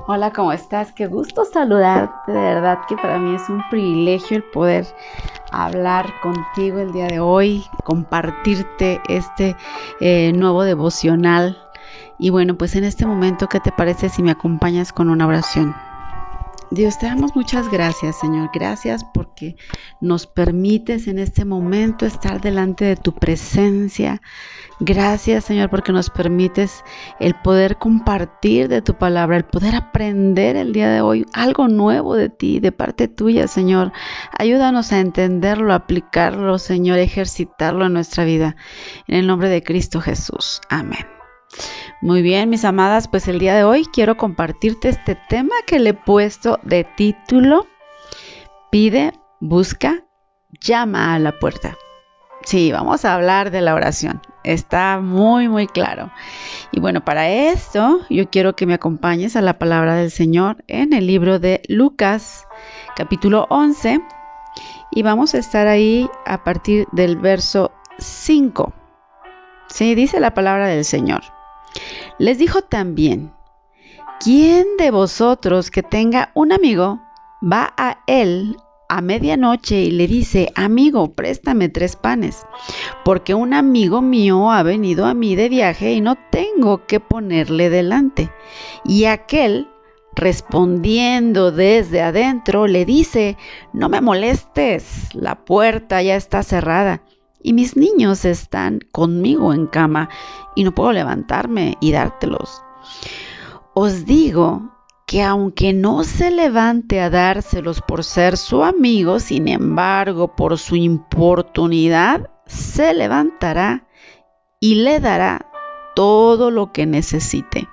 Hola, ¿cómo estás? Qué gusto saludarte. De verdad que para mí es un privilegio el poder hablar contigo el día de hoy, compartirte este nuevo devocional. Y bueno, pues en este momento, ¿qué te parece si me acompañas con una oración? Dios, te damos muchas gracias, Señor. Gracias porque nos permites en este momento estar delante de tu presencia. Gracias, Señor, porque nos permites el poder compartir de tu palabra, el poder aprender el día de hoy algo nuevo de ti, de parte tuya, Señor. Ayúdanos a entenderlo, a aplicarlo, Señor, ejercitarlo en nuestra vida. En el nombre de Cristo Jesús. Amén. Muy bien, mis amadas, pues el día de hoy quiero compartirte este tema que le he puesto de título: Pide, busca, llama a la puerta. Sí, vamos a hablar de la oración. Está muy, muy claro. Y bueno, para esto yo quiero que me acompañes a la palabra del Señor en el libro de Lucas, capítulo 11, y vamos a estar ahí a partir del verso 5. Sí, dice la palabra del Señor. Les dijo también: ¿quién de vosotros que tenga un amigo va a él a medianoche y le dice: amigo, préstame 3 panes, porque un amigo mío ha venido a mí de viaje y no tengo qué ponerle delante? Y aquel, respondiendo desde adentro, le dice: no me molestes, la puerta ya está cerrada y mis niños están conmigo en cama y no puedo levantarme y dártelos. Os digo que aunque no se levante a dárselos por ser su amigo, sin embargo, por su importunidad, se levantará y le dará todo lo que necesite.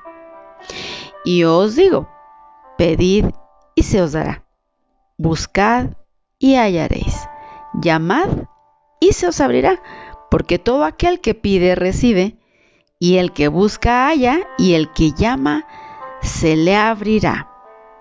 Y os digo: pedid y se os dará, buscad y hallaréis, llamad y se os abrirá, porque todo aquel que pide recibe, y el que busca halla, y el que llama se le abrirá.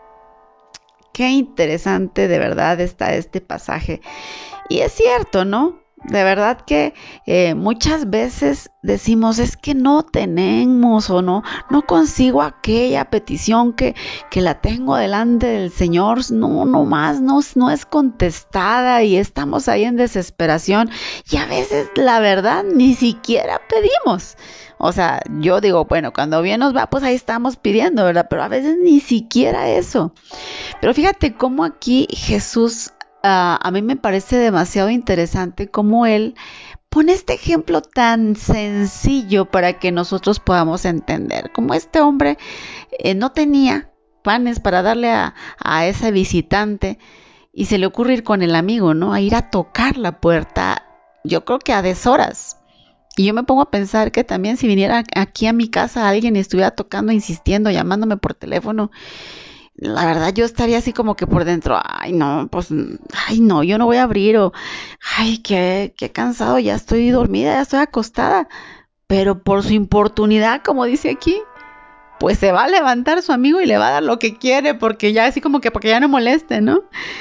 Qué interesante de verdad está este pasaje. Y es cierto, ¿no? De verdad que muchas veces decimos: es que no tenemos o no consigo aquella petición que la tengo delante del Señor, no más, no es contestada y estamos ahí en desesperación y a veces la verdad ni siquiera pedimos. O sea, yo digo, bueno, cuando bien nos va, pues ahí estamos pidiendo, ¿verdad? Pero a veces ni siquiera eso. Pero fíjate cómo aquí Jesús, a mí me parece demasiado interesante cómo Él pone este ejemplo tan sencillo para que nosotros podamos entender. Como este hombre no tenía panes para darle a ese visitante y se le ocurre ir con el amigo, ¿no? A ir a tocar la puerta, yo creo que a deshoras. Y yo me pongo a pensar que también si viniera aquí a mi casa alguien y estuviera tocando, insistiendo, llamándome por teléfono, la verdad yo estaría así como que por dentro: ay no, pues, ay no, yo no voy a abrir, o ay, qué cansado, ya estoy dormida, ya estoy acostada. Pero por su importunidad, como dice aquí, pues se va a levantar su amigo y le va a dar lo que quiere, porque ya así como que porque ya no moleste, ¿no?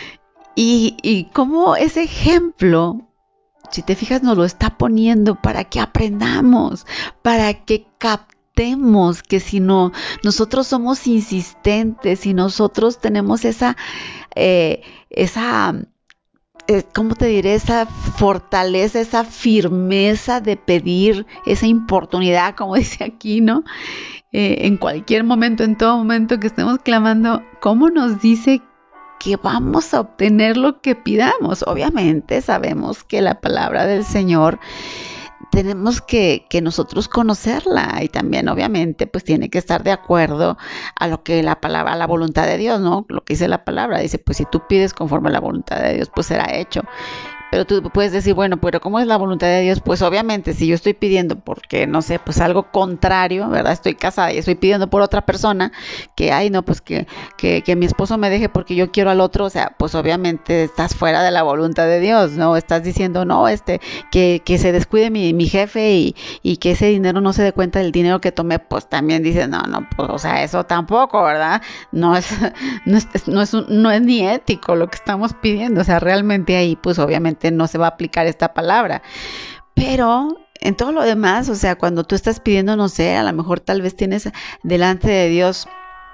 Y como ese ejemplo, si te fijas, nos lo está poniendo para que aprendamos, para que captemos que si no, nosotros somos insistentes, si nosotros tenemos esa ¿cómo te diré? Esa fortaleza, esa firmeza de pedir, esa importunidad, como dice aquí, ¿no? En cualquier momento, en todo momento que estemos clamando, ¿cómo nos dice que vamos a obtener lo que pidamos? Obviamente sabemos que la palabra del Señor tenemos que nosotros conocerla, y también obviamente pues tiene que estar de acuerdo a lo que la palabra, a la voluntad de Dios, ¿no? Lo que dice la palabra, dice: pues si tú pides conforme a la voluntad de Dios, pues será hecho. Pero tú puedes decir: bueno, pero ¿cómo es la voluntad de Dios? Pues obviamente, si yo estoy pidiendo porque, no sé, pues algo contrario, ¿verdad? Estoy casada y estoy pidiendo por otra persona, que, ay, no, pues que mi esposo me deje porque yo quiero al otro, o sea, pues obviamente estás fuera de la voluntad de Dios, ¿no? Estás diciendo: no, que se descuide mi jefe y que ese dinero no se dé cuenta del dinero que tomé, pues también dices: no, pues, o sea, eso tampoco, ¿verdad? No es, no es ni ético lo que estamos pidiendo, o sea, realmente ahí, pues obviamente no se va a aplicar esta palabra. Pero en todo lo demás, o sea, cuando tú estás pidiendo, no sé, a lo mejor tal vez tienes delante de Dios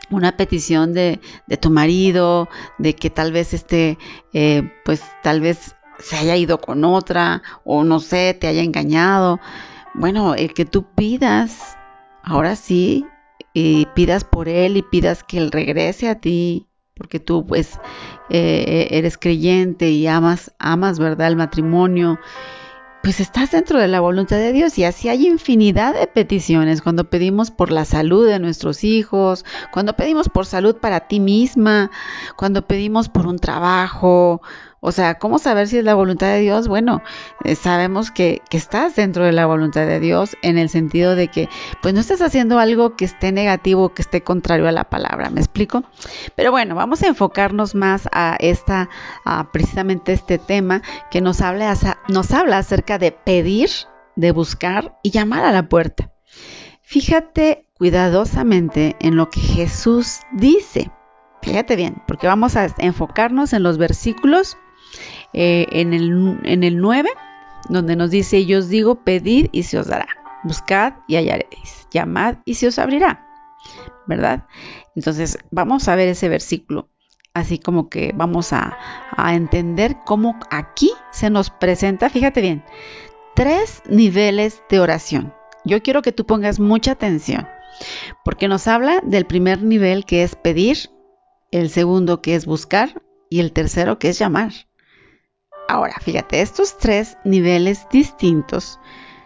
una petición de tu marido, de que tal vez pues tal vez se haya ido con otra, o no sé, te haya engañado. Bueno, el que tú pidas, ahora sí, y pidas por él y pidas que él regrese a ti, porque tú pues eres creyente y amas, ¿verdad? El matrimonio, pues estás dentro de la voluntad de Dios, y así hay infinidad de peticiones. Cuando pedimos por la salud de nuestros hijos, cuando pedimos por salud para ti misma, cuando pedimos por un trabajo. O sea, ¿cómo saber si es la voluntad de Dios? Bueno, sabemos que estás dentro de la voluntad de Dios, en el sentido de que pues no estás haciendo algo que esté negativo, que esté contrario a la palabra. ¿Me explico? Pero bueno, vamos a enfocarnos más a precisamente este tema que nos habla acerca de pedir, de buscar y llamar a la puerta. Fíjate cuidadosamente en lo que Jesús dice. Fíjate bien, porque vamos a enfocarnos en los versículos, en el 9, donde nos dice: yo os digo, pedid y se os dará, buscad y hallaréis, llamad y se os abrirá, ¿verdad? Entonces vamos a ver ese versículo, así como que vamos a entender cómo aquí se nos presenta, fíjate bien, 3 niveles de oración. Yo quiero que tú pongas mucha atención, porque nos habla del primer nivel, que es pedir, el segundo, que es buscar, y el tercero, que es llamar. Ahora, fíjate, estos 3 niveles distintos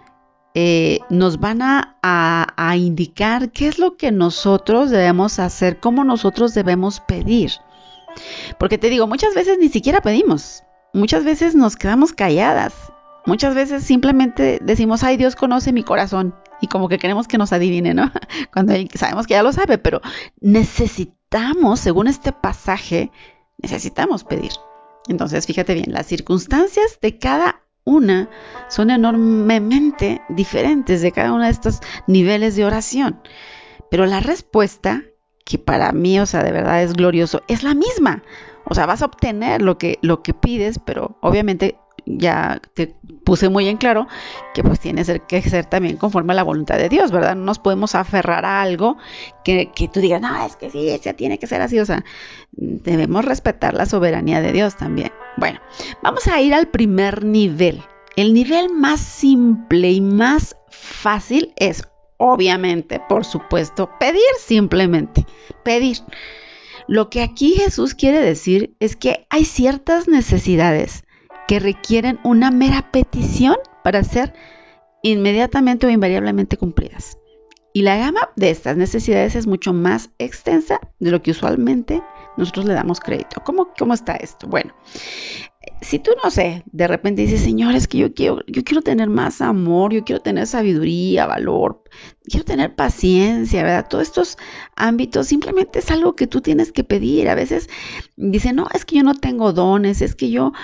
nos van a indicar qué es lo que nosotros debemos hacer, cómo nosotros debemos pedir. Porque te digo, muchas veces ni siquiera pedimos, muchas veces nos quedamos calladas, muchas veces simplemente decimos: ay, Dios conoce mi corazón, y como que queremos que nos adivine, ¿no? Cuando sabemos que ya lo sabe, pero necesitamos, según este pasaje, necesitamos pedir. Entonces, fíjate bien, las circunstancias de cada una son enormemente diferentes, de cada uno de estos niveles de oración. Pero la respuesta, que para mí, o sea, de verdad es glorioso, es la misma. O sea, vas a obtener lo que pides, pero obviamente ya te puse muy en claro que pues tiene que ser también conforme a la voluntad de Dios, ¿verdad? No nos podemos aferrar a algo que tú digas: no, es que sí, ese tiene que ser así. O sea, debemos respetar la soberanía de Dios también. Bueno, vamos a ir al primer nivel. El nivel más simple y más fácil es, obviamente, por supuesto, pedir, simplemente pedir. Lo que aquí Jesús quiere decir es que hay ciertas necesidades que requieren una mera petición para ser inmediatamente o invariablemente cumplidas. Y la gama de estas necesidades es mucho más extensa de lo que usualmente nosotros le damos crédito. ¿Cómo está esto? Bueno, si tú, no sé, de repente dices: Señor, es que yo quiero tener más amor, yo quiero tener sabiduría, valor, quiero tener paciencia, ¿verdad? Todos estos ámbitos simplemente es algo que tú tienes que pedir. A veces dicen: no, es que yo no tengo dones, es que yo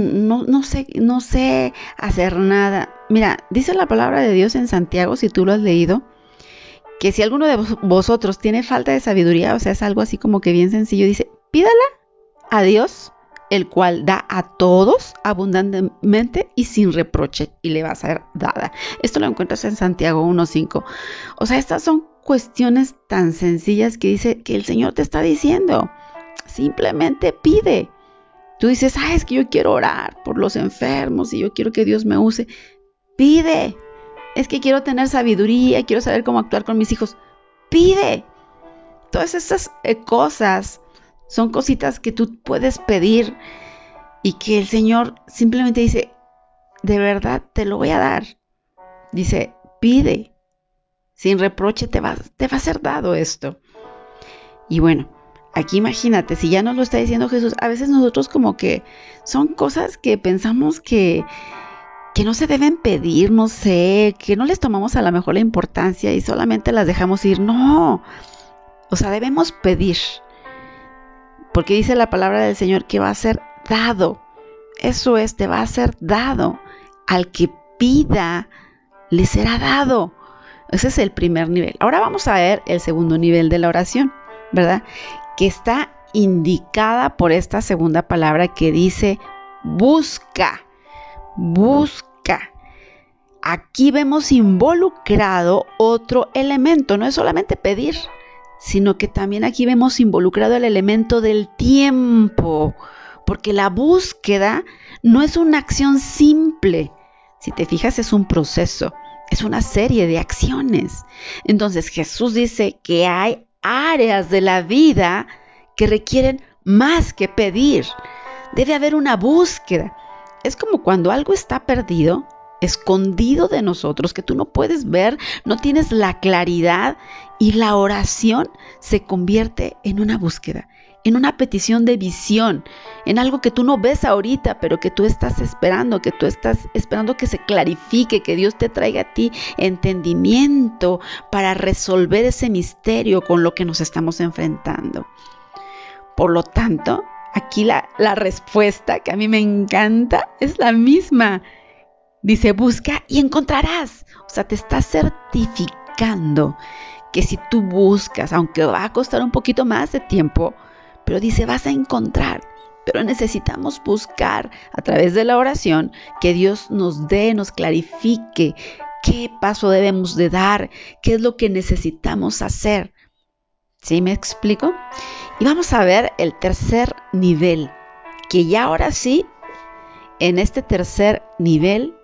no sé hacer nada. Mira, dice la palabra de Dios en Santiago, si tú lo has leído, que si alguno de vosotros tiene falta de sabiduría, o sea, es algo así como que bien sencillo, dice: pídala a Dios, el cual da a todos abundantemente y sin reproche, y le va a ser dada. Esto lo encuentras en Santiago 1:5. O sea, estas son cuestiones tan sencillas que dice que el Señor te está diciendo: simplemente pide. Tú dices: ah, es que yo quiero orar por los enfermos y yo quiero que Dios me use. Pide. Es que quiero tener sabiduría, quiero saber cómo actuar con mis hijos. Pide. Todas esas cosas son cositas que tú puedes pedir, y que el Señor simplemente dice: de verdad te lo voy a dar. Dice: pide, sin reproche te va a ser dado esto. Y bueno, aquí imagínate, si ya nos lo está diciendo Jesús, a veces nosotros como que son cosas que pensamos que no se deben pedir, no sé, que no les tomamos a lo mejor la importancia y solamente las dejamos ir. No, o sea, debemos pedir, porque dice la palabra del Señor que va a ser dado. Eso es, te va a ser dado. Al que pida, le será dado. Ese es el primer nivel. Ahora vamos a ver el segundo nivel de la oración, ¿verdad? Que está indicada por esta segunda palabra que dice: busca, busca. Aquí vemos involucrado otro elemento. No es solamente pedir, sino que también aquí vemos involucrado el elemento del tiempo, porque la búsqueda no es una acción simple. Si te fijas, es un proceso, es una serie de acciones. Entonces Jesús dice que hay áreas de la vida que requieren más que pedir. Debe haber una búsqueda. Es como cuando algo está perdido, escondido de nosotros, que tú no puedes ver, no tienes la claridad, y la oración se convierte en una búsqueda, en una petición de visión, en algo que tú no ves ahorita, pero que tú estás esperando, que se clarifique, que Dios te traiga a ti entendimiento para resolver ese misterio con lo que nos estamos enfrentando. Por lo tanto, aquí la respuesta que a mí me encanta es la misma. Dice, busca y encontrarás. O sea, te está certificando que si tú buscas, aunque va a costar un poquito más de tiempo, pero dice, vas a encontrar. Pero necesitamos buscar a través de la oración que Dios nos dé, nos clarifique qué paso debemos de dar, qué es lo que necesitamos hacer. ¿Sí me explico? Y vamos a ver el tercer nivel, que ya ahora sí, en este tercer nivel,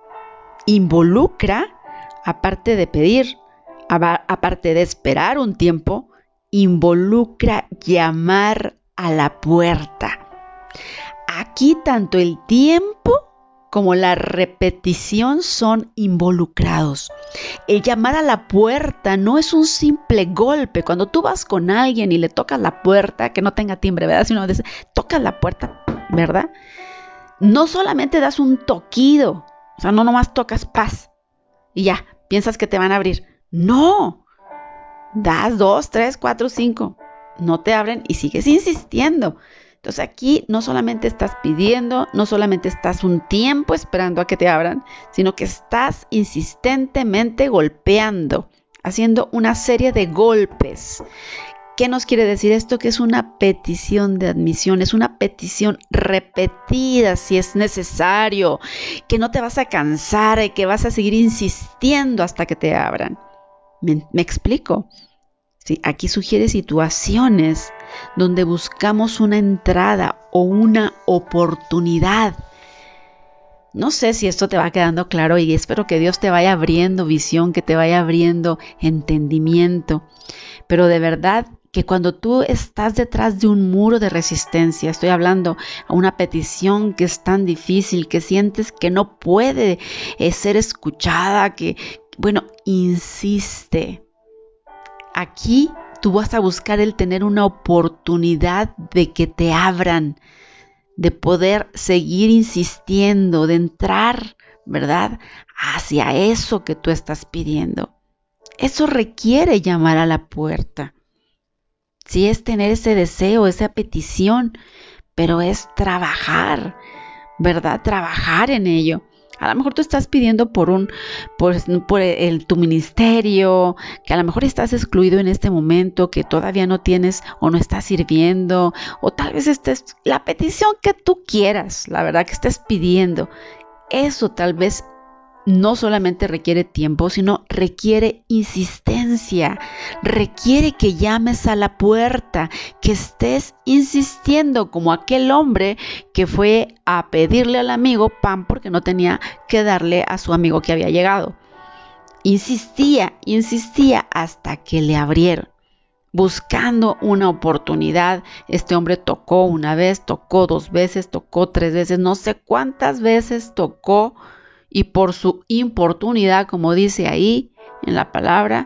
involucra, aparte de pedir, aparte de esperar un tiempo, involucra llamar a la puerta. Aquí tanto el tiempo como la repetición son involucrados. El llamar a la puerta no es un simple golpe. Cuando tú vas con alguien y le tocas la puerta, que no tenga timbre, ¿verdad? Sino tocas la puerta, ¿verdad? No solamente das un toquido, o sea, no nomás tocas paz y ya, piensas que te van a abrir. No, das 2, 3, 4, 5, no te abren y sigues insistiendo. Entonces aquí no solamente estás pidiendo, no solamente estás un tiempo esperando a que te abran, sino que estás insistentemente golpeando, haciendo una serie de golpes. ¿Qué nos quiere decir esto? Que es una petición de admisión, es una petición repetida si es necesario, que no te vas a cansar y que vas a seguir insistiendo hasta que te abran. ¿Me explico? Sí, aquí sugiere situaciones donde buscamos una entrada o una oportunidad. No sé si esto te va quedando claro y espero que Dios te vaya abriendo visión, que te vaya abriendo entendimiento. Pero de verdad que cuando tú estás detrás de un muro de resistencia, estoy hablando a una petición que es tan difícil, que sientes que no puede ser escuchada, bueno, insiste. Aquí tú vas a buscar el tener una oportunidad de que te abran, de poder seguir insistiendo, de entrar, ¿verdad?, hacia eso que tú estás pidiendo. Eso requiere llamar a la puerta. Sí, es tener ese deseo, esa petición, pero es trabajar, ¿verdad? Trabajar en ello. A lo mejor tú estás pidiendo por tu ministerio, que a lo mejor estás excluido en este momento, que todavía no tienes o no estás sirviendo, o tal vez estés la petición que tú quieras, la verdad que estés pidiendo. Eso tal vez no solamente requiere tiempo, sino requiere insistencia, requiere que llames a la puerta, que estés insistiendo como aquel hombre que fue a pedirle al amigo pan porque no tenía que darle a su amigo que había llegado. Insistía hasta que le abrieron. Buscando una oportunidad, este hombre tocó una vez, tocó 2 veces, tocó 3 veces, no sé cuántas veces tocó, y por su importunidad, como dice ahí en la palabra,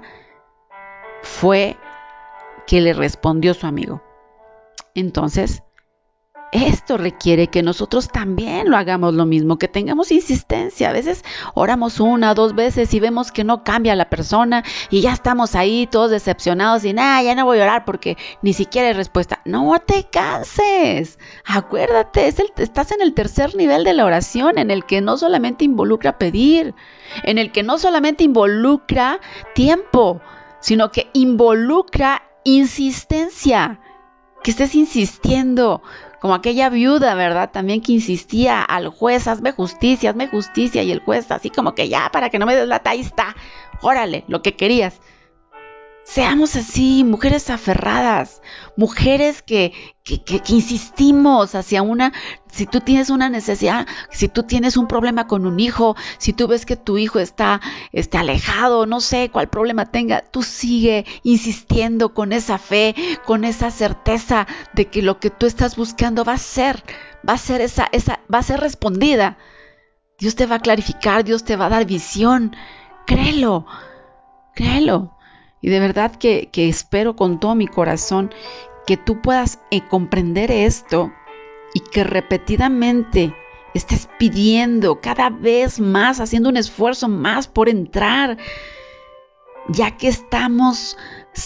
fue que le respondió su amigo. Entonces, esto requiere que nosotros también lo hagamos lo mismo, que tengamos insistencia. A veces oramos 1, 2 veces y vemos que no cambia la persona y ya estamos ahí todos decepcionados y ya no voy a orar porque ni siquiera hay respuesta. No te canses. Acuérdate, estás en el tercer nivel de la oración, en el que no solamente involucra pedir, en el que no solamente involucra tiempo, sino que involucra insistencia. Que estés insistiendo, como aquella viuda, ¿verdad? También que insistía al juez, hazme justicia, y el juez así como que ya, para que no me des lata, ahí está, órale, lo que querías. Seamos así, mujeres aferradas, mujeres que insistimos hacia si tú tienes una necesidad, si tú tienes un problema con un hijo, si tú ves que tu hijo está alejado, no sé cuál problema tenga, tú sigue insistiendo con esa fe, con esa certeza de que lo que tú estás buscando va a ser respondida. Dios te va a clarificar, Dios te va a dar visión. Créelo, créelo. Y de verdad que espero con todo mi corazón que tú puedas comprender esto y que repetidamente estés pidiendo cada vez más, haciendo un esfuerzo más por entrar, ya que estamos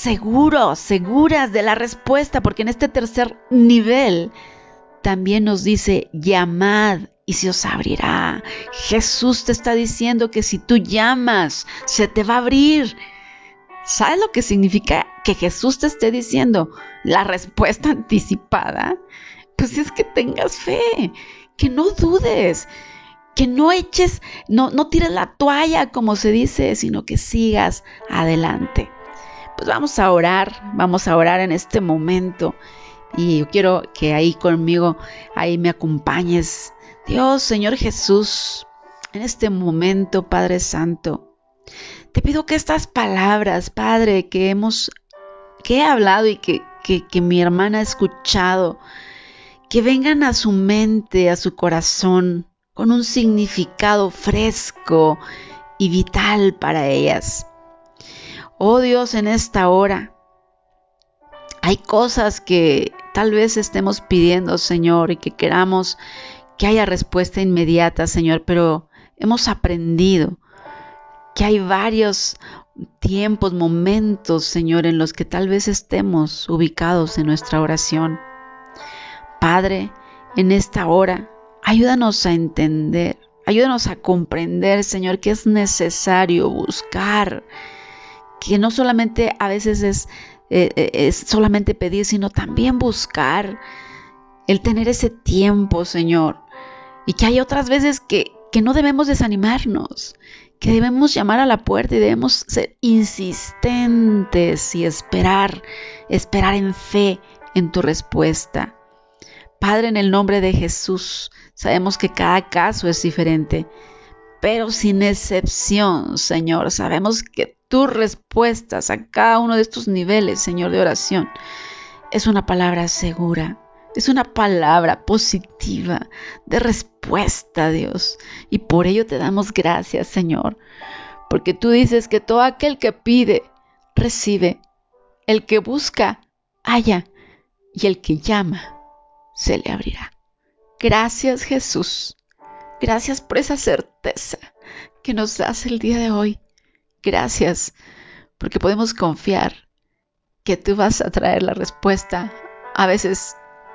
seguras de la respuesta, porque en este tercer nivel también nos dice, llamad y se os abrirá. Jesús te está diciendo que si tú llamas, se te va a abrir. ¿Sabes lo que significa que Jesús te esté diciendo la respuesta anticipada? Pues es que tengas fe, que no dudes, que no eches, no tires la toalla, como se dice, sino que sigas adelante. Pues vamos a orar en este momento. Y yo quiero que ahí conmigo, ahí me acompañes. Dios, Señor Jesús, en este momento, Padre Santo, te pido que estas palabras, Padre, que he hablado y que mi hermana ha escuchado, que vengan a su mente, a su corazón, con un significado fresco y vital para ellas. Oh Dios, en esta hora, hay cosas que tal vez estemos pidiendo, Señor, y que queramos que haya respuesta inmediata, Señor, pero hemos aprendido que hay varios tiempos, momentos, Señor, en los que tal vez estemos ubicados en nuestra oración. Padre, en esta hora, ayúdanos a entender, ayúdanos a comprender, Señor, que es necesario buscar, que no solamente a veces es solamente pedir, sino también buscar, el tener ese tiempo, Señor, y que hay otras veces que no debemos desanimarnos, que debemos llamar a la puerta y debemos ser insistentes y esperar en fe en tu respuesta. Padre, en el nombre de Jesús, sabemos que cada caso es diferente, pero sin excepción, Señor, sabemos que tus respuestas a cada uno de estos niveles, Señor, de oración, es una palabra segura, es una palabra positiva de respuesta, Dios. Y por ello te damos gracias, Señor, porque tú dices que todo aquel que pide, recibe, el que busca, halla, y el que llama, se le abrirá. Gracias, Jesús. Gracias por esa certeza que nos das el día de hoy. Gracias, porque podemos confiar que tú vas a traer la respuesta, a veces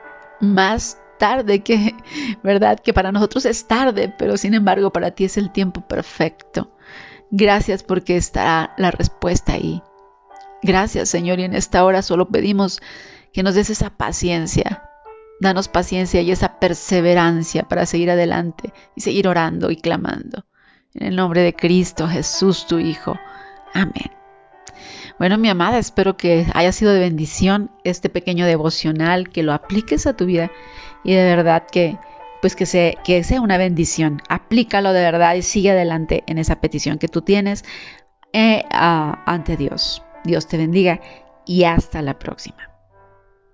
más tarde que, ¿verdad? Que para nosotros es tarde, pero sin embargo para ti es el tiempo perfecto. Gracias porque estará la respuesta ahí. Gracias, Señor, y en esta hora solo pedimos que nos des esa paciencia. Danos paciencia y esa perseverancia para seguir adelante y seguir orando y clamando. En el nombre de Cristo Jesús, tu Hijo. Amén. Bueno, mi amada, espero que haya sido de bendición este pequeño devocional, que lo apliques a tu vida y de verdad que sea una bendición. Aplícalo de verdad y sigue adelante en esa petición que tú tienes ante Dios. Dios te bendiga y hasta la próxima.